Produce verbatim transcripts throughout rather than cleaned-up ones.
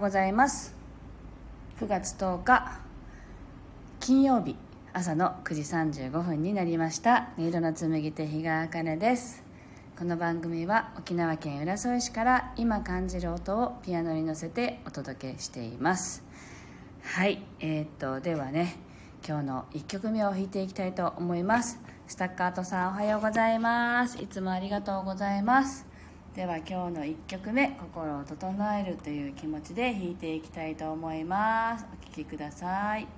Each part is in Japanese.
ございます。くがつとおか金曜日朝のくじさんじゅうごふんになりました。音色の紡手日川茜です。この番組は沖縄県浦添市から今感じる音をピアノに乗せてお届けしています。はい、えー、っとではね、今日のいっきょくめを弾いていきたいと思います。スタッカートさん、おはようございます。いつもありがとうございます。では今日のいっきょくめ、心を整えるという気持ちで弾いていきたいと思います。お聴きください。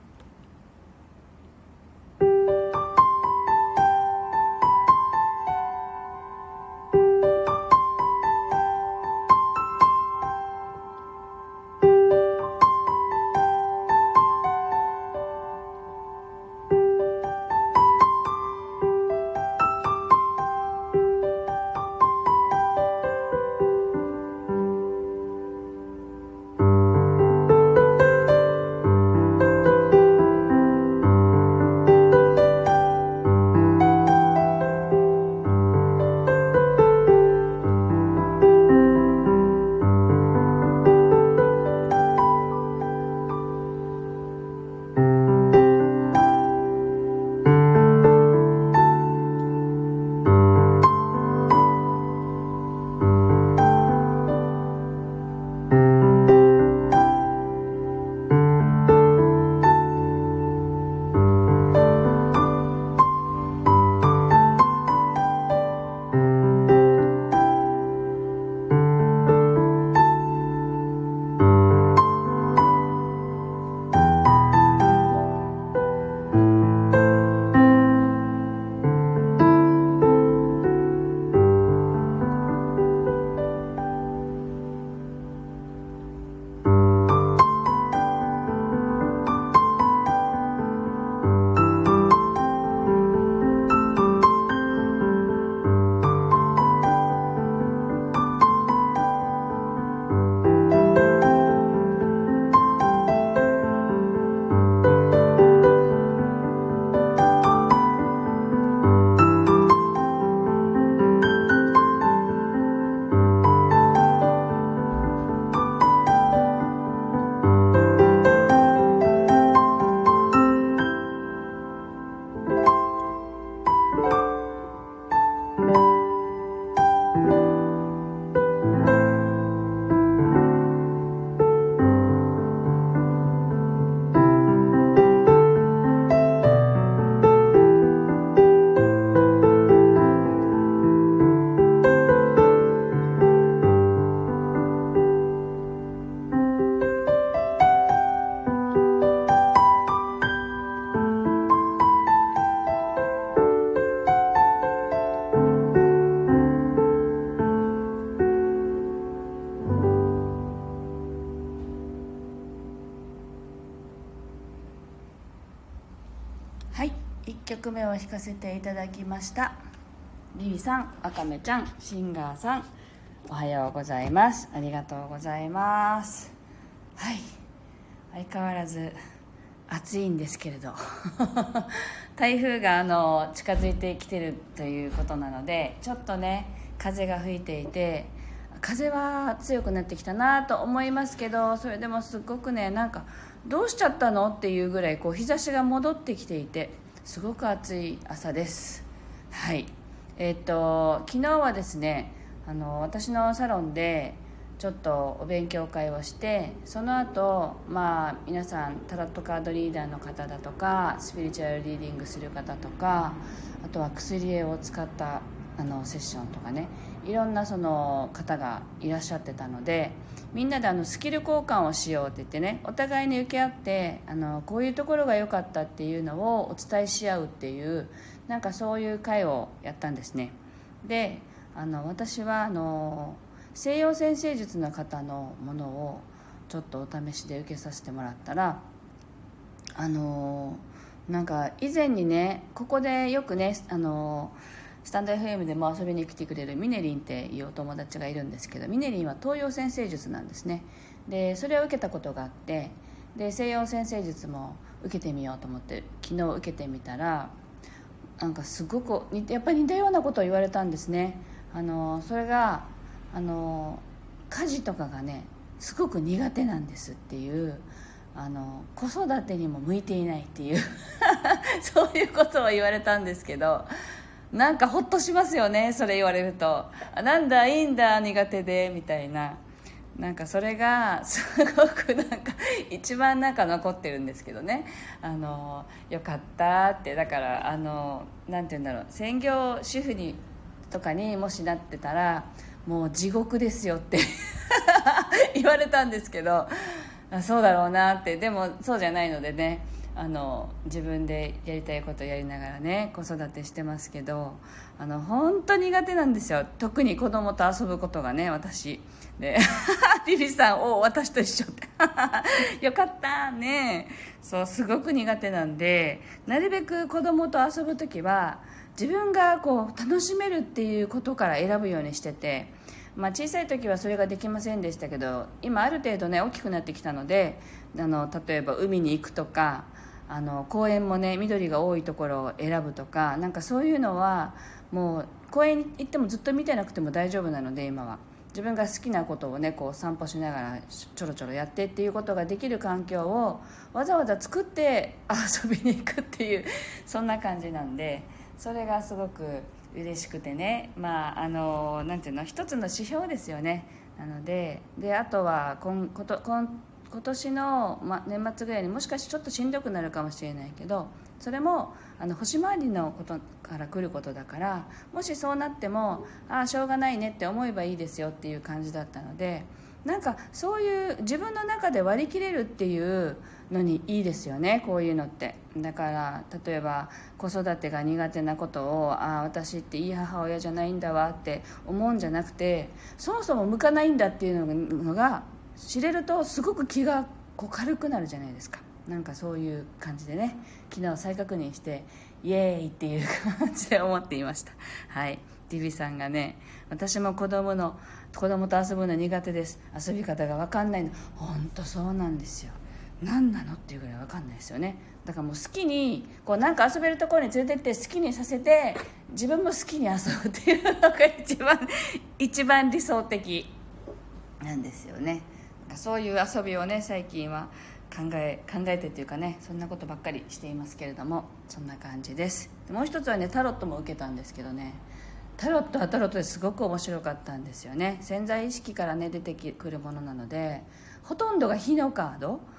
はい、いっきょくめを弾かせていただきました。リリさん、わかめちゃん、シンガーさん、おはようございます。ありがとうございます。はい、相変わらず暑いんですけれど台風があの近づいてきてるということなので、ちょっとね風が吹いていて、風は強くなってきたなと思いますけど、それでもすごくね、なんかどうしちゃったのっていうぐらいこう日差しが戻ってきていて、すごく暑い朝です。はい、えー、っと昨日はですね、あの私のサロンでちょっとお勉強会をして、その後、まあ皆さんタロットカードリーダーの方だとか、スピリチュアルリーディングする方とか、あとは薬絵を使ったあのセッションとかね、いろんなその方がいらっしゃってたので、みんなであのスキル交換をしようって言ってね、お互いに受け合って、あのこういうところが良かったっていうのをお伝えし合うっていう、なんかそういう会をやったんですね。で、あの私はあの西洋占星術の方のものをちょっとお試しで受けさせてもらったら、あのなんか以前にね、ここでよくね、あのスタンド エフエム でも遊びに来てくれるミネリンっていうお友達がいるんですけど、ミネリンは東洋占星術なんですね。でそれを受けたことがあって、で西洋占星術も受けてみようと思って昨日受けてみたら、なんかすごくやっぱり似たようなことを言われたんですね。あのそれがあの家事とかがねすごく苦手なんですっていう、あの子育てにも向いていないっていうそういうことを言われたんですけど、なんかホッとしますよね、それ言われると。あ、なんだいいんだ苦手でみたいな、なんかそれがすごくなんか一番なんか残ってるんですけどね。あのよかったって、だからあのなんて言うんだろう、専業主婦にとかにもしなってたらもう地獄ですよって言われたんですけど、あ、そうだろうなって。でもそうじゃないのでね、あの自分でやりたいことやりながらね子育てしてますけど、あの本当苦手なんですよ、特に子供と遊ぶことがね、私でビビさん、お私と一緒ってよかったね。そう、すごく苦手なんで、なるべく子供と遊ぶときは自分がこう楽しめるっていうことから選ぶようにしてて、まあ、小さい時はそれができませんでしたけど、今ある程度ね大きくなってきたので、あの例えば海に行くとか、あの公園もね緑が多いところを選ぶとか、なんかそういうのはもう公園に行ってもずっと見てなくても大丈夫なので、今は自分が好きなことをねこう散歩しながらちょろちょろやってっていうことができる環境をわざわざ作って遊びに行くっていう、そんな感じなんで、それがすごく嬉しくてね、まああのなんていうの、一つの指標ですよね。なので、であとは今こと今今年の、ま、年末ぐらいにもしかしてちょっとしんどくなるかもしれないけど、それもあの星回りのことから来ることだから、もしそうなってもああしょうがないねって思えばいいですよっていう感じだったので、なんかそういう自分の中で割り切れるっていうのにいいですよね、こういうのって。だから例えば子育てが苦手なことを、ああ私っていい母親じゃないんだわって思うんじゃなくて、そもそも向かないんだっていうのが知れるとすごく気がこう軽くなるじゃないですか。なんかそういう感じでね、昨日再確認してイエーイっていう感じで思っていました。はい、ディビさんがね、私も子供の子供と遊ぶの苦手です、遊び方が分かんないの。本当そうなんですよ、何なのっていうぐらい分かんないですよね。だからもう好きにこうなんか遊べるところに連れてって好きにさせて、自分も好きに遊ぶっていうのが一番一番理想的なんですよね。そういう遊びをね最近は考え考えてっていうかね、そんなことばっかりしていますけれども、そんな感じです。もう一つはねタロットも受けたんですけどね、タロットはタロットですごく面白かったんですよね。潜在意識からね出てくるものなので、ほとんどが火のカード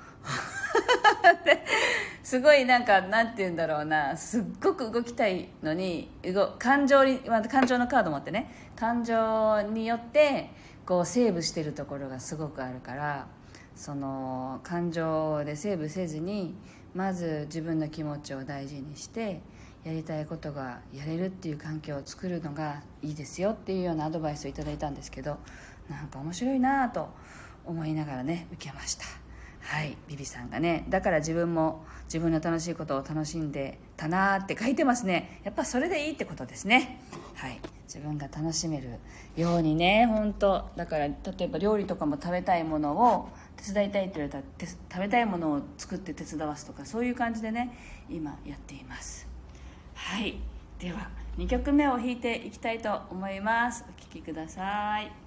すごいなんかなんて言うんだろうな、すっごく動きたいのに感情に、感情のカード持ってね、感情によってこうセーブしてるところがすごくあるから、その感情でセーブせずにまず自分の気持ちを大事にしてやりたいことがやれるっていう環境を作るのがいいですよっていうようなアドバイスをいただいたんですけど、なんか面白いなと思いながらね受けました。はい、ビビさんがね、だから自分も自分の楽しいことを楽しんでたなって書いてますね。やっぱそれでいいってことですね。はい、自分が楽しめるようにね、本当だから例えば料理とかも食べたいものを手伝いたいって言われたら食べたいものを作って手伝わすとか、そういう感じでね今やっています。はい、ではにきょくめを弾いていきたいと思います。お聴きください。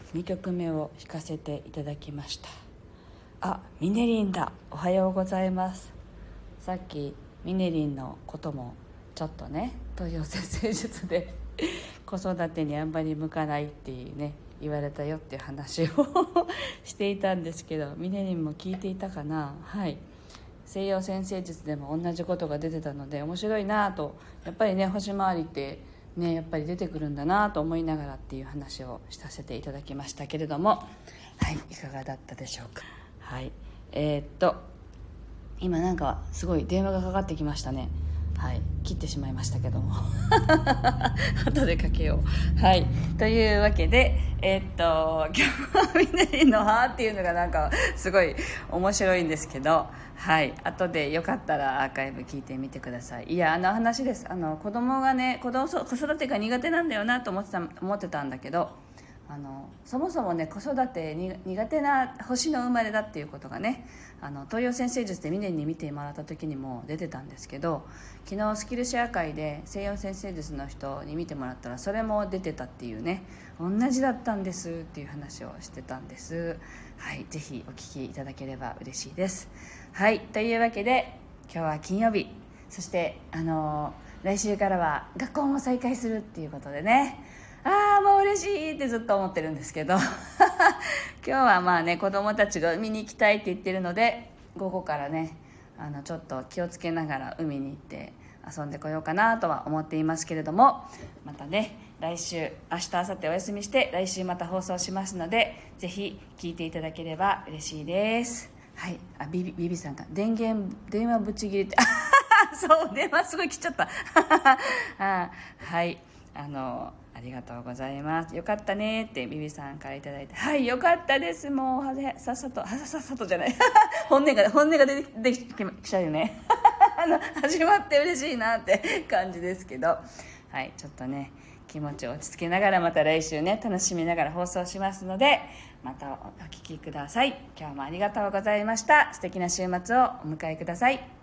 にきょくめを弾かせていただきました。あ、ミネリンだ。おはようございます。さっきミネリンのこともちょっとね、東洋先生術で子育てにあんまり向かないっていうね言われたよっていう話をしていたんですけど、ミネリンも聞いていたかな。はい、西洋占星術でも同じことが出てたので面白いなと、やっぱりね星回りってねやっぱり出てくるんだなと思いながらっていう話をさせていただきましたけれども、はい、いかがだったでしょうか。はい、えー、っと今なんかすごい電話がかかってきましたね。はい、切ってしまいましたけども後でかけよう。はい、というわけでえー、っと今日はみんなにのはっていうのがなんかすごい面白いんですけど、はい、後でよかったらアーカイブ聞いてみてください。いや、あの話です。あの子供がね子供子育てが苦手なんだよなと思ってた思ってたんだけど、あのそもそもね子育てに苦手な星の生まれだっていうことがね、あの東洋占星術でミネに見てもらった時にも出てたんですけど、昨日スキルシェア会で西洋占星術の人に見てもらったらそれも出てたっていうね、同じだったんですっていう話をしてたんです。はい、ぜひお聞きいただければ嬉しいです。はい、というわけで今日は金曜日、そしてあの来週からは学校も再開するっていうことでね、ああもう嬉しいってずっと思ってるんですけど今日はまあね子供たちが海に行きたいって言ってるので、午後からねあのちょっと気をつけながら海に行って遊んでこようかなとは思っていますけれども、またね来週明日明後日お休みして来週また放送しますので、ぜひ聞いていただければ嬉しいです。はい、あビビビビさんが電源電話ぶち切れてそう電話すごい切っちゃったあはいあのありがとうございます。よかったねってビビさんからいただいて、はいよかったです。もうはぜさっさとはさっさとじゃない本音が本音が出てできてきちゃうよねあの始まって嬉しいなって感じですけど、はいちょっとね気持ちを落ち着けながらまた来週ね楽しみながら放送しますので、またお聞きください。今日もありがとうございました。素敵な週末をお迎えください。